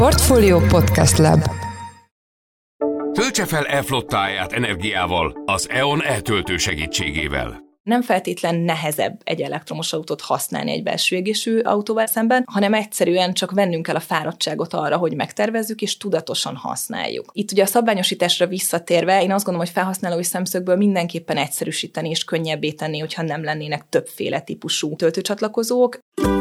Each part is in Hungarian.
Portfolio Podcast Lab. Töltse fel e-flottáját energiával az E.ON eltöltő segítségével. Nem feltétlen nehezebb egy elektromos autót használni egy belső égésű autóval szemben, hanem egyszerűen csak vennünk kell a fáradtságot arra, hogy megtervezzük és tudatosan használjuk. Itt ugye a szabványosításra visszatérve, én azt gondolom, hogy felhasználói szemszögből mindenképpen egyszerűsíteni és könnyebbé tenni, hogyha nem lennének többféle típusú töltőcsatlakozók.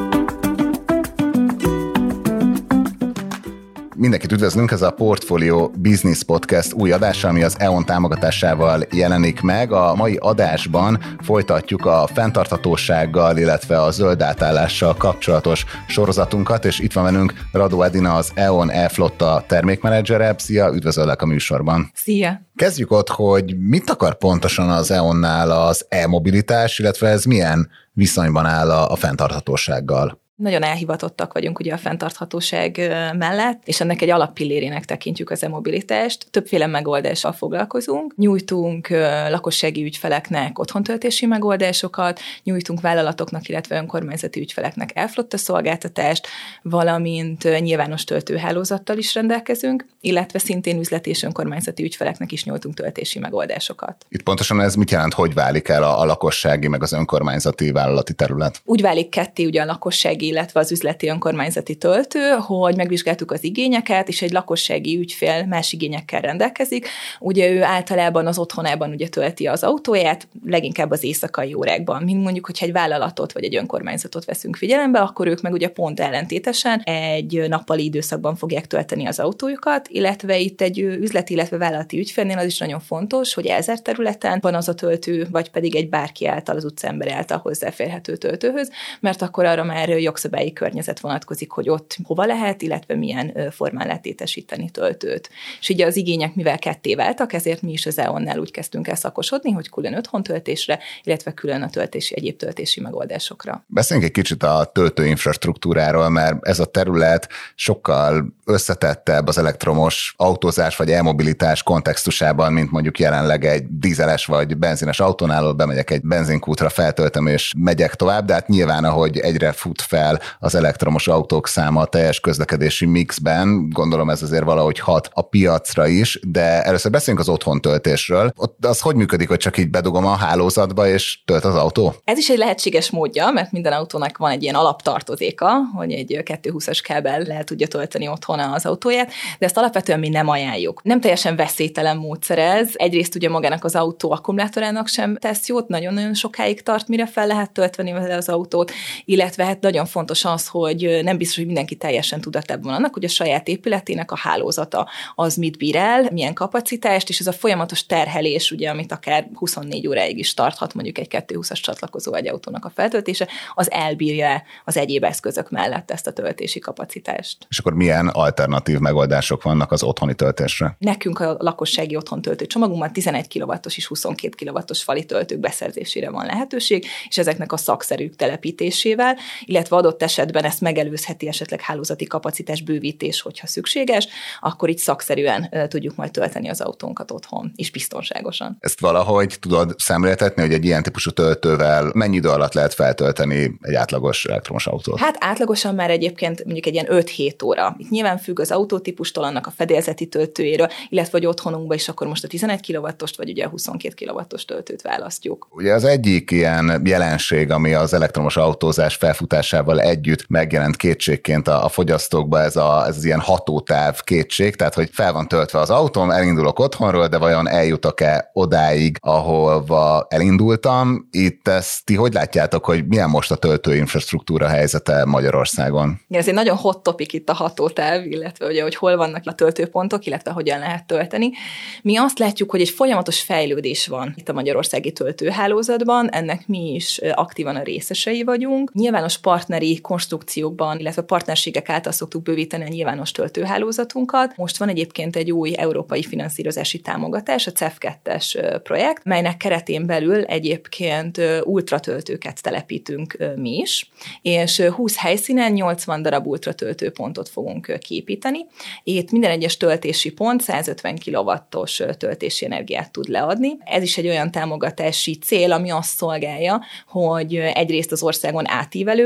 Mindenkit üdvözlünk, ez a Portfolio Business Podcast új adása, ami az E.ON támogatásával jelenik meg. A mai adásban folytatjuk a fenntarthatósággal, illetve a zöld átállással kapcsolatos sorozatunkat, és itt van velünk Radó Edina, az E.ON e-flotta termékmenedzsere. Szia, üdvözöllek a műsorban. Szia! Kezdjük ott, hogy mit akar pontosan az E.ON-nál az e-mobilitás, illetve ez milyen viszonyban áll a fenntarthatósággal? Nagyon elhivatottak vagyunk ugye a fenntarthatóság mellett, és ennek egy alappillérének tekintjük az e-mobilitást. Többféle megoldással foglalkozunk. Nyújtunk lakossági ügyfeleknek otthontöltési megoldásokat, nyújtunk vállalatoknak, illetve önkormányzati ügyfeleknek e-flotta szolgáltatást, valamint nyilvános töltőhálózattal is rendelkezünk, illetve szintén üzleti és önkormányzati ügyfeleknek is nyújtunk töltési megoldásokat. Itt pontosan ez mit jelent, hogy válik el a lakossági meg az önkormányzati vállalati terület? Úgy válik ketté ugye a lakossági, illetve az üzleti önkormányzati töltő, hogy megvizsgáltuk az igényeket, és egy lakossági ügyfél más igényekkel rendelkezik. Ugye ő általában az otthonában ugye tölti az autóját, leginkább az éjszakai órákban. Mint mondjuk, hogyha egy vállalatot vagy egy önkormányzatot veszünk figyelembe, akkor ők meg ugye pont ellentétesen egy nappali időszakban fogják tölteni az autójukat, illetve itt egy üzleti, illetve vállalati ügyfélnél az is nagyon fontos, hogy elzárt területen van az a töltő, vagy pedig egy bárki által, az utcaember által hozzáférhető töltőhöz, mert akkor arra már jogszabályi környezet vonatkozik, hogy ott hova lehet, illetve milyen formán lehet létesíteni töltőt. És ugye az igények, mivel ketté váltak, ezért mi is az E.ON-nál úgy kezdtünk el szakosodni, hogy külön otthontöltésre, illetve külön a egyéb töltési megoldásokra. Beszéljünk egy kicsit a töltőinfrastruktúráról, mert ez a terület sokkal összetettebb az elektromos autózás vagy e-mobilitás kontextusában, mint mondjuk jelenleg egy dízeles vagy benzines autónál, bemegyek egy benzinkútra, feltöltöm és megyek tovább, de hát nyilván, ahogy egyre fut fel az elektromos autók száma a teljes közlekedési mixben, gondolom ez azért valahogy hat a piacra is, de először beszéljünk az otthontöltésről. Ott az hogy működik, hogy csak így bedugom a hálózatba és tölt az autó? Ez is egy lehetséges módja, mert minden autónak van egy ilyen alaptartozéka, hogy egy 220-as kábel le tudja tölteni otthon az autóját, de ezt alapvetően mi nem ajánljuk. Nem teljesen veszélytelen módszer ez. Egyrészt ugye magának az autó akkumulátorának sem tesz jót, nagyon-nagyon sokáig tart, mire fel lehet tölteni vele az autót, illetve hát nagyon fontos az, hogy nem biztos, hogy mindenki teljesen tudatában van annak, hogy a saját épületének a hálózata az mit bír el, milyen kapacitást, és ez a folyamatos terhelés, ugye, amit akár 24 óráig is tarthat mondjuk egy 220-as csatlakozó egy autónak a feltöltése, az elbírja az egyéb eszközök mellett ezt a töltési kapacitást. És akkor milyen alternatív megoldások vannak az otthoni töltésre? Nekünk a lakossági otthontöltő csomagunkban 11 kW-os és 22 kW-os fali töltők beszerzésére van lehetőség, és ezeknek a szakszerű telepítésével, illetve adott esetben ezt megelőzheti esetleg hálózati kapacitás bővítés, hogyha szükséges, akkor így szakszerűen tudjuk majd tölteni az autónkat otthon, és biztonságosan. Ezt valahogy tudod szemléltetni, hogy egy ilyen típusú töltővel mennyi idő alatt lehet feltölteni egy átlagos elektromos autót? Hát átlagosan már egyébként mondjuk egy ilyen 5-7 óra. Itt nyilván függ az autótípustól, annak a fedélzeti töltőjéről, illetve hogy otthonunkban is akkor most a 11 kW-ost, vagy ugye a 22 kW-os töltőt választjuk. Ugye az egyik ilyen jelenség, ami az elektromos autózás felfutásával együtt megjelent kétségként a fogyasztókba, ez az ilyen hatótáv kétség, tehát hogy fel van töltve az autóm, elindulok otthonról, de vajon eljutok-e odáig, ahova elindultam? Itt ezt ti hogy látjátok, hogy milyen most a töltőinfrastruktúra helyzete Magyarországon? Igen, ez egy nagyon hot topic itt a hatótáv, illetve ugye, hogy hol vannak a töltőpontok, illetve hogyan lehet tölteni. Mi azt látjuk, hogy egy folyamatos fejlődés van itt a magyarországi töltőhálózatban, ennek mi is aktívan a részesei vagyunk. Nyilvános partneri konstrukciókban, illetve partnerségek által szoktuk bővíteni a nyilvános töltőhálózatunkat. Most van egyébként egy új európai finanszírozási támogatás, a CEF2-es projekt, melynek keretén belül egyébként ultratöltőket telepítünk mi is, és 20 helyszínen 80 darab ultratöltőpontot fogunk kiépíteni. Itt minden egyes töltési pont 150 kW-os töltési energiát tud leadni. Ez is egy olyan támogatási cél, ami azt szolgálja, hogy egyrészt az országon átívelően legyen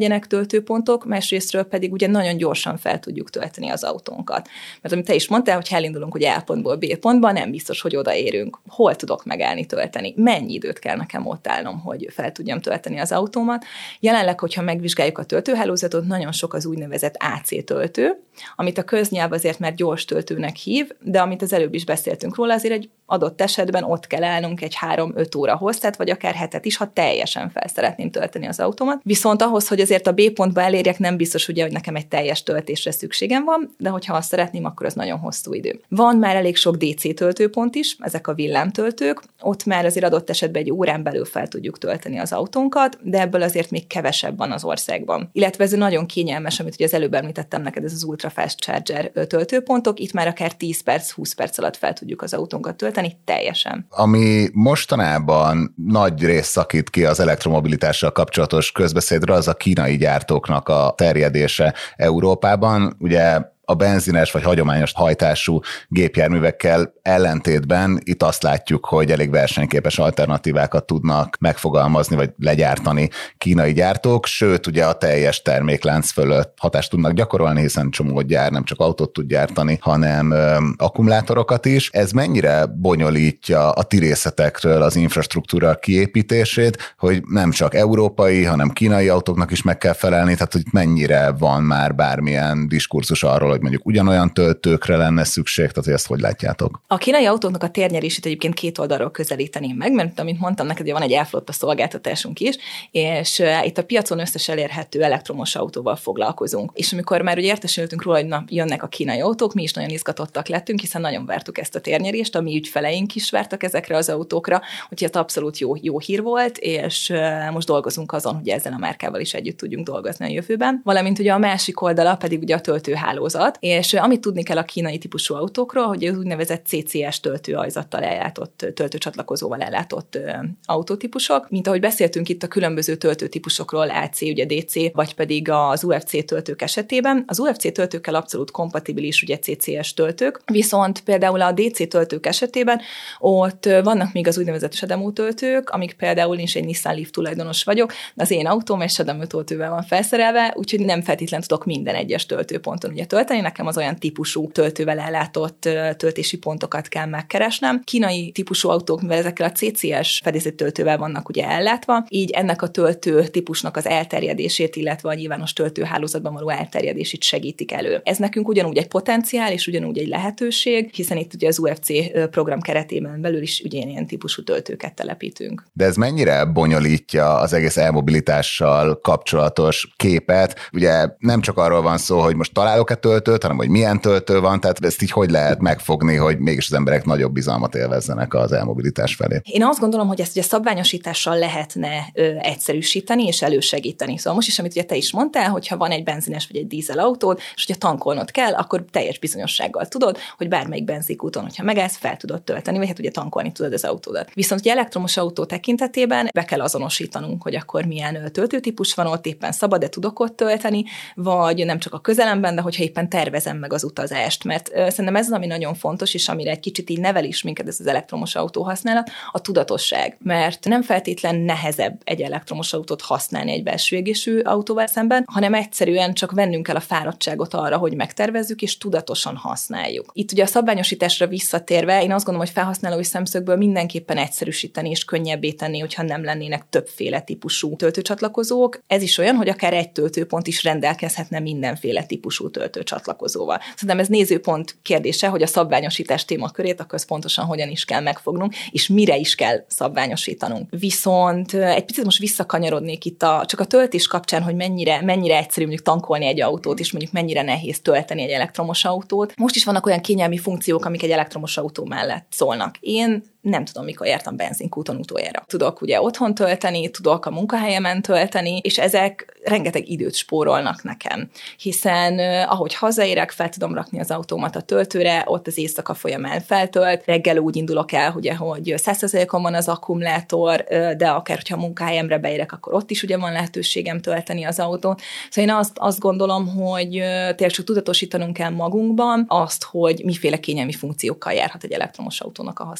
legyenek töltőpontok, másrésztről pedig ugye nagyon gyorsan fel tudjuk tölteni az autónkat. Mert amit te is mondtál, hogy elindulunk ugye A pontból B pontba, nem biztos, hogy odaérünk. Hol tudok megállni tölteni? Mennyi időt kell nekem ott állnom, hogy fel tudjam tölteni az autómat? Jelenleg, hogyha megvizsgáljuk a töltőhálózatot, nagyon sok az úgynevezett AC töltő, amit a köznyelv azért már gyors töltőnek hív, de amit az előbb is beszéltünk róla, azért egy adott esetben ott kell állnunk egy 3-5 óra hosszát, vagy akár hetet is, ha teljesen fel szeretném tölteni az automat. Viszont ahhoz, hogy azért a B pontba elérjek, nem biztos ugye, hogy nekem egy teljes töltésre szükségem van, de hogyha azt szeretném, akkor az nagyon hosszú idő. Van már elég sok DC töltőpont is, ezek a villámtöltők, ott már azért adott esetben egy órán belül fel tudjuk tölteni az autónkat, de ebből azért még kevesebb van az országban. Illetve ez nagyon kényelmes, amit ugye az előbb említettem neked, ez az Ultra Fast Charger töltőpontok, itt már akár 10 perc, 20 perc alatt fel tudjuk az autónkat tölteni teljesen. Ami mostanában nagy rész szakít ki az elektromobilitással kapcsolatos közbeszédről, az a kínai gyártóknak a terjedése Európában. Ugye a benzines vagy hagyományos hajtású gépjárművekkel ellentétben itt azt látjuk, hogy elég versenyképes alternatívákat tudnak megfogalmazni vagy legyártani kínai gyártók, sőt ugye a teljes terméklánc fölött hatást tudnak gyakorolni, hiszen csomó gyár nem csak autót tud gyártani, hanem akkumulátorokat is. Ez mennyire bonyolítja a ti részletekről az infrastruktúra kiépítését, hogy nem csak európai, hanem kínai autóknak is meg kell felelni, tehát hogy mennyire van már bármilyen diskurzus arról, hogy mondjuk ugyanolyan töltőkre lenne szükség, tehát hogy ezt hogy látjátok? A kínai autóknak a térnyerését egyébként két oldalról közelíteném meg, mert amint mondtam neked, hogy van egy elflotta szolgáltatásunk is, és itt a piacon összes elérhető elektromos autóval foglalkozunk. És amikor már ugye értesültünk róla, hogy na, jönnek a kínai autók, mi is nagyon izgatottak lettünk, hiszen nagyon vártuk ezt a térnyerést, a mi ügyfeleink is vártak ezekre az autókra, úgyhogy ez abszolút jó hír volt, és most dolgozunk azon, hogy ezzel a márkával is együtt tudjunk dolgozni a jövőben. Valamint ugye a másik oldala pedig ugye a töltőhálózat, és amit tudni kell a kínai típusú autókról, hogy az úgynevezett CCS töltőajzattal ellátott, töltőcsatlakozóval ellátott autótípusok, mint ahogy beszéltünk itt a különböző töltőtípusokról, AC, ugye DC, vagy pedig az UFC töltők esetében. Az UFC töltőkkel abszolút kompatibilis ugye CCS töltők, viszont például a DC töltők esetében ott vannak még az úgynevezett sedemó töltők, amik például én is egy Nissan Leaf tulajdonos vagyok, az én autóm egy sedemó töltővel van felszerelve, úgyhogy nem feltétlenül tudok minden egyes töltőponton ugye tölteni, nekem az olyan típusú töltővel ellátott töltési pontokat kell megkeresnem. Kínai típusú autók, mivel ezekkel a CCS fedélzettöltővel vannak ugye ellátva, így ennek a töltő típusnak az elterjedését, illetve a nyilvános töltőhálózatban való elterjedését segítik elő. Ez nekünk ugyanúgy egy potenciál, és ugyanúgy egy lehetőség, hiszen itt ugye az UFC program keretében belül is ugyanilyen típusú töltőket telepítünk. De ez mennyire bonyolítja az egész elmobilitással kapcsolatos képet? Ugye nem csak arról van szó, hogy most találok-e töltőt, hanem hogy milyen töltő van, tehát ezt így hogy lehet megfogni, hogy mégis az emberek nagyobb bizalmat élvezzenek az elmobilitás felé? Én azt gondolom, hogy ezt ugye szabványosítással lehetne egyszerűsíteni és elősegíteni. Szóval most is, amit ugye te is mondtál, hogyha van egy benzines vagy egy dízel autód, és hogyha tankolnod kell, akkor teljes bizonyossággal tudod, hogy bármelyik benzinkúton, hogyha megállsz, fel tudod tölteni, vagy hát ugye tankolni tudod az autódat. Viszont ugye elektromos autó tekintetében be kell azonosítanunk, hogy akkor milyen töltőtípus van ott, éppen szabad-e tudok ott tölteni, vagy nem csak a közelemben, de hogyha éppen tervezem meg az utazást, mert szerintem ez az, ami nagyon fontos, és amire egy kicsit így nevel is minket ez az elektromos autó használat, a tudatosság. Mert nem feltétlen nehezebb egy elektromos autót használni egy belső égésű autóval szemben, hanem egyszerűen csak vennünk kell a fáradtságot arra, hogy megtervezzük és tudatosan használjuk. Itt ugye a szabványosításra visszatérve, én azt gondolom, hogy felhasználói szemszögből mindenképpen egyszerűsíteni és könnyebbé tenni, hogyha nem lennének többféle típusú töltőcsatlakozók. Ez is olyan, hogy akár egy töltőpont is rendelkezhetne mindenféle típusú töltőcsatlakozóval. Szerintem ez nézőpont kérdése, hogy a szabványosítás témakörét akkor pontosan hogyan is kell megfognunk, és mire is kell szabványosítanunk. Viszont egy picit most visszakanyarodnék itt csak a töltés kapcsán, hogy mennyire egyszerű mondjuk tankolni egy autót, és mondjuk mennyire nehéz tölteni egy elektromos autót. Most is vannak olyan kényelmi funkciók, amik egy elektromos autó mellett szólnak. Én nem tudom, mikor jártam benzinkúton utoljára. Tudok ugye otthon tölteni, tudok a munkahelyemen tölteni, és ezek rengeteg időt spórolnak nekem. Hiszen ahogy hazaérek, fel tudom rakni az autómat a töltőre, ott az éjszaka folyamán feltölt, reggel úgy indulok el, ugye, hogy 100%-on van az akkumulátor, de akár, hogyha a munkahelyemre beérek, akkor ott is ugye van lehetőségem tölteni az autót. Szóval én azt gondolom, hogy tényleg csak tudatosítanunk kell magunkban azt, hogy miféle kényelmi funkciókkal járhat egy elektromos autónak a használata.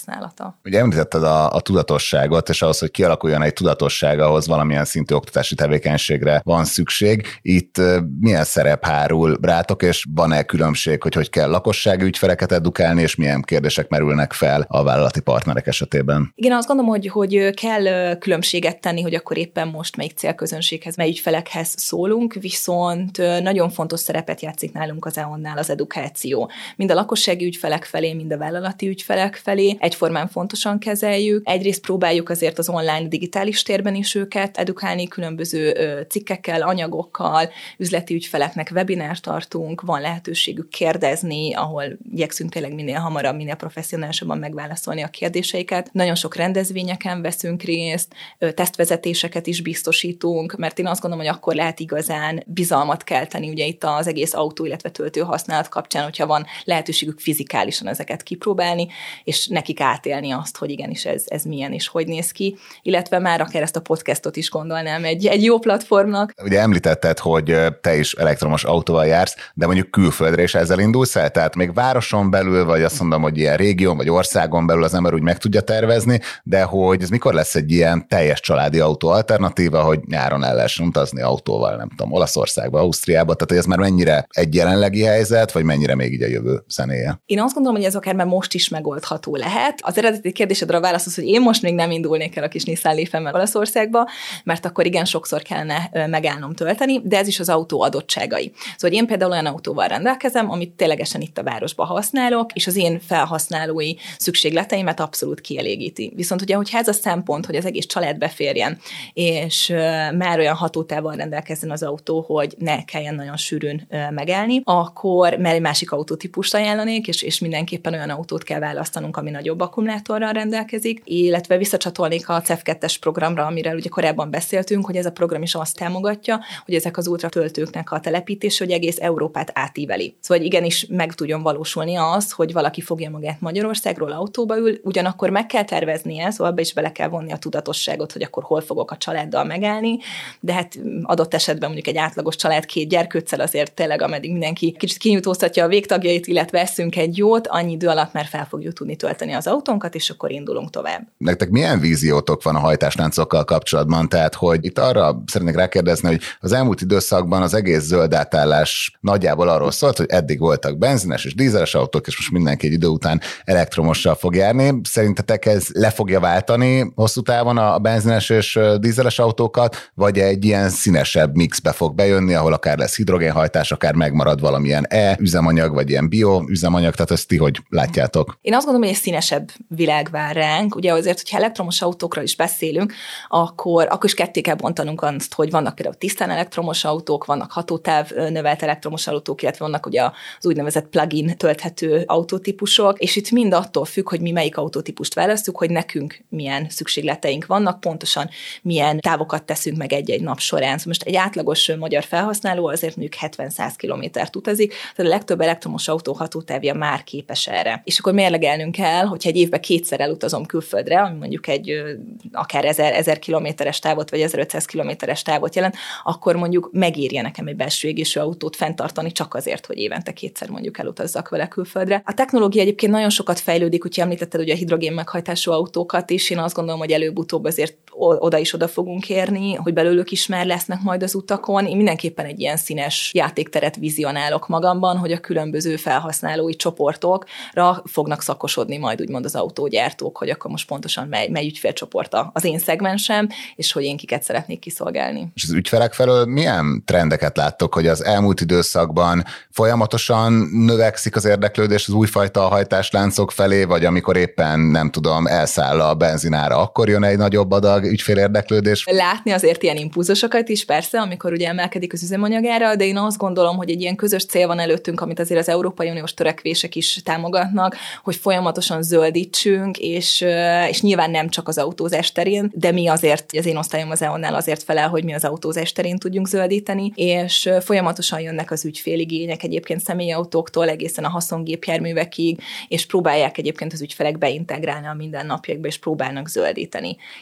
számára. Ugye említetted a tudatosságot, és ahhoz, hogy kialakuljon egy tudatosság, ahhoz valamilyen szintű oktatási tevékenységre van szükség. Itt milyen szerep hárul rátok, és van-e különbség, hogy kell lakossági ügyfeleket edukálni, és milyen kérdések merülnek fel a vállalati partnerek esetében? Igen, azt gondolom, hogy kell különbséget tenni, hogy akkor éppen most melyik célközönséghez, mely ügyfelekhez szólunk, viszont nagyon fontos szerepet játszik nálunk az EON-nál az edukáció. Mind a lakossági ügyfelek felé, mind a vállalati ügyfelek felé egyformán fontosan kezeljük. Egyrészt próbáljuk azért az online digitális térben is őket edukálni, különböző cikkekkel, anyagokkal, üzleti ügyfeleknek webinárt tartunk, van lehetőségük kérdezni, ahol igyekszünk tényleg minél hamarabb, minél professzionálisabban megválaszolni a kérdéseiket. Nagyon sok rendezvényeken veszünk részt, tesztvezetéseket is biztosítunk, mert én azt gondolom, hogy akkor lehet igazán bizalmat kelteni ugye itt az egész autó, illetve töltő használat kapcsán, hogyha van lehetőségük fizikálisan ezeket kipróbálni, és nekik átélni azt, hogy igenis ez milyen és hogy néz ki, illetve már akár ezt a podcastot is gondolnám egy jó platformnak. Ugye említetted, hogy te is elektromos autóval jársz, de mondjuk külföldre is ezzel indulsz el, tehát még városon belül, vagy azt mondom, hogy ilyen régión, vagy országon belül az ember úgy meg tudja tervezni, de hogy ez mikor lesz egy ilyen teljes családi autó alternatíva, hogy nyáron el lehessen utazni autóval, nem tudom, Olaszországba, Ausztriába, tehát hogy ez már mennyire egy jelenlegi helyzet, vagy mennyire még így a jövő zenéje? Én azt gondolom, hogy ez akár már most is megoldható lehet. Az eredeti kérdésedre a válasz az, hogy én most még nem indulnék el a kis Nissan Leaf-emmel Olaszországba, mert akkor igen sokszor kellene megállnom tölteni, de ez is az autó adottságai. Szóval én például olyan autóval rendelkezem, amit ténylegesen itt a városba használok, és az én felhasználói szükségleteimet abszolút kielégíti. Viszont ugye, hogyha ez a szempont, hogy az egész család beférjen, és már olyan hatótávval rendelkezzen az autó, hogy ne kelljen nagyon sűrűn megállni, akkor már egy másik autótípust ajánlanék, és mindenképpen olyan autót kell választanunk, ami nagyobb akkumulátorral rendelkezik, illetve visszacsatolnék a CEF2-es programra, amiről ugye korábban beszéltünk, hogy ez a program is azt támogatja, hogy ezek az ultratöltőknek a telepítése, hogy egész Európát átíveli. Szóval igenis meg tudjon valósulni az, hogy valaki fogja magát Magyarországról, autóba ül, ugyanakkor meg kell terveznie, szóval be is bele kell vonni a tudatosságot, hogy akkor hol fogok a családdal megállni, de hát adott esetben mondjuk egy átlagos család 2 gyerkőccel azért tényleg, ameddig mindenki kicsit kinyújtóztatja a végtagjait, illetve eszünk egy jót, annyi idő alatt már fel fogjuk tudni tölteni az autónkat, és akkor indulunk tovább. Nektek milyen víziótok van a hajtásláncokkal kapcsolatban? Tehát, hogy itt arra szeretnék rákérdezni, hogy az elmúlt időszakban az egész zöld átállás nagyjából arról szólt, hogy eddig voltak benzines és dízeles autók, és most mindenki egy idő után elektromossal fog járni. Szerintetek ez le fogja váltani hosszú távon a benzines és dízeles autókat, vagy egy ilyen színesebb mixbe fog bejönni, ahol akár lesz hidrogénhajtás, akár megmarad valamilyen üzemanyag, vagy ilyen bio üzemanyag, tehát ezt ti hogy látjátok? Én azt gondolom, hogy egy színesebb világ vár ránk. Ugye azért, hogyha elektromos autókról is beszélünk, akkor is ketté kell bontanunk azt, hogy vannak például tisztán elektromos autók, vannak hatótáv növelt elektromos autók, illetve vannak ugye az úgynevezett plug-in tölthető autótípusok, és itt mind attól függ, hogy mi melyik autótípust választjuk, hogy nekünk milyen szükségleteink vannak, pontosan milyen távokat teszünk meg egy-egy nap során. Szóval most egy átlagos magyar felhasználó azért mondjuk 70-100 kilométert utazik, tehát a legtöbb elektromos autó hatótávja már képes erre. És akkor mérlegelnünk kell, hogyha egy évben 2-szer elutazom külföldre, ami mondjuk egy akár 1000 kilométeres távot, vagy 1500 kilométeres távot jelent, akkor mondjuk megérje nekem egy belső égésű autót fenntartani csak azért, hogy évente 2-szer mondjuk elutazzak vele külföldre. A technológia egyébként nagyon sokat fejlődik, úgyhogy említetted ugye a hidrogén meghajtású autókat is, én azt gondolom, hogy előbb-utóbb azért oda fogunk érni, hogy belőlük is már lesznek majd az utakon. Én mindenképpen egy ilyen színes játékteret vizionálok magamban, hogy a különböző felhasználói csoportokra fognak szakosodni majd úgymond az autógyártók, hogy akkor most pontosan mely ügyfélcsoport az én szegmensem, és hogy én kiket szeretnék kiszolgálni. És az ügyfelek felől milyen trendeket láttok, hogy az elmúlt időszakban folyamatosan növekszik az érdeklődés az újfajta hajtásláncok felé, vagy amikor éppen, nem tudom, elszáll a benzinára, akkor jön egy nagyobb adag ügyfélérdeklődés? Látni azért ilyen impulzusokat is, persze, amikor ugye emelkedik az üzemanyagára, de én azt gondolom, hogy egy ilyen közös cél van előttünk, amit azért az Európai Uniós törekvések is támogatnak, hogy folyamatosan zöldítsünk, és nyilván nem csak az autózás terén, de mi azért, az én osztályom az EON-nál azért felel, hogy mi az autózás terén tudjunk zöldíteni, és folyamatosan jönnek az ügyféligények egyébként személyautóktól egészen a haszongépjárművekig, és próbálják egyébként az ügyfelek beintegrálni a mindennapjaikba, és próbálnak zöldíteni. Itt megint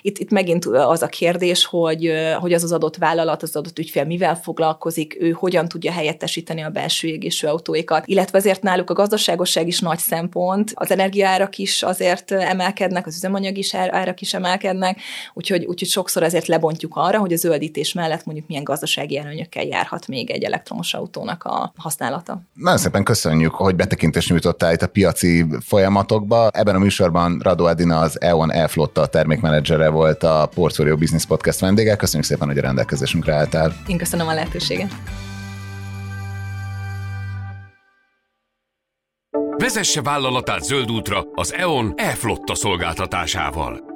megint az a kérdés, hogy az adott vállalat, az adott ügyfél mivel foglalkozik, ő hogyan tudja helyettesíteni a belső égésű autóikat, illetve azért náluk a gazdaságosság is nagy szempont, az energiaárak is azért emelkednek, az üzemanyag is árak is emelkednek, úgyhogy sokszor azért lebontjuk arra, hogy a zöldítés mellett mondjuk milyen gazdasági előnyökkel járhat még egy elektromos autónak a használata. Nagyon szépen köszönjük, hogy betekintést nyújtottál itt a piaci folyamatokba. Ebben a műsorban Radó Edina, az E.ON E-Flotta termékmenedzsere volt, a Portfolio Business Podcast vendége. Köszönjük szépen, hogy a rendelkezésünkre álltál. Én köszönöm a lehetőséget. Vezesse vállalatát zöld útra az E.ON E-Flotta szolgáltatásával.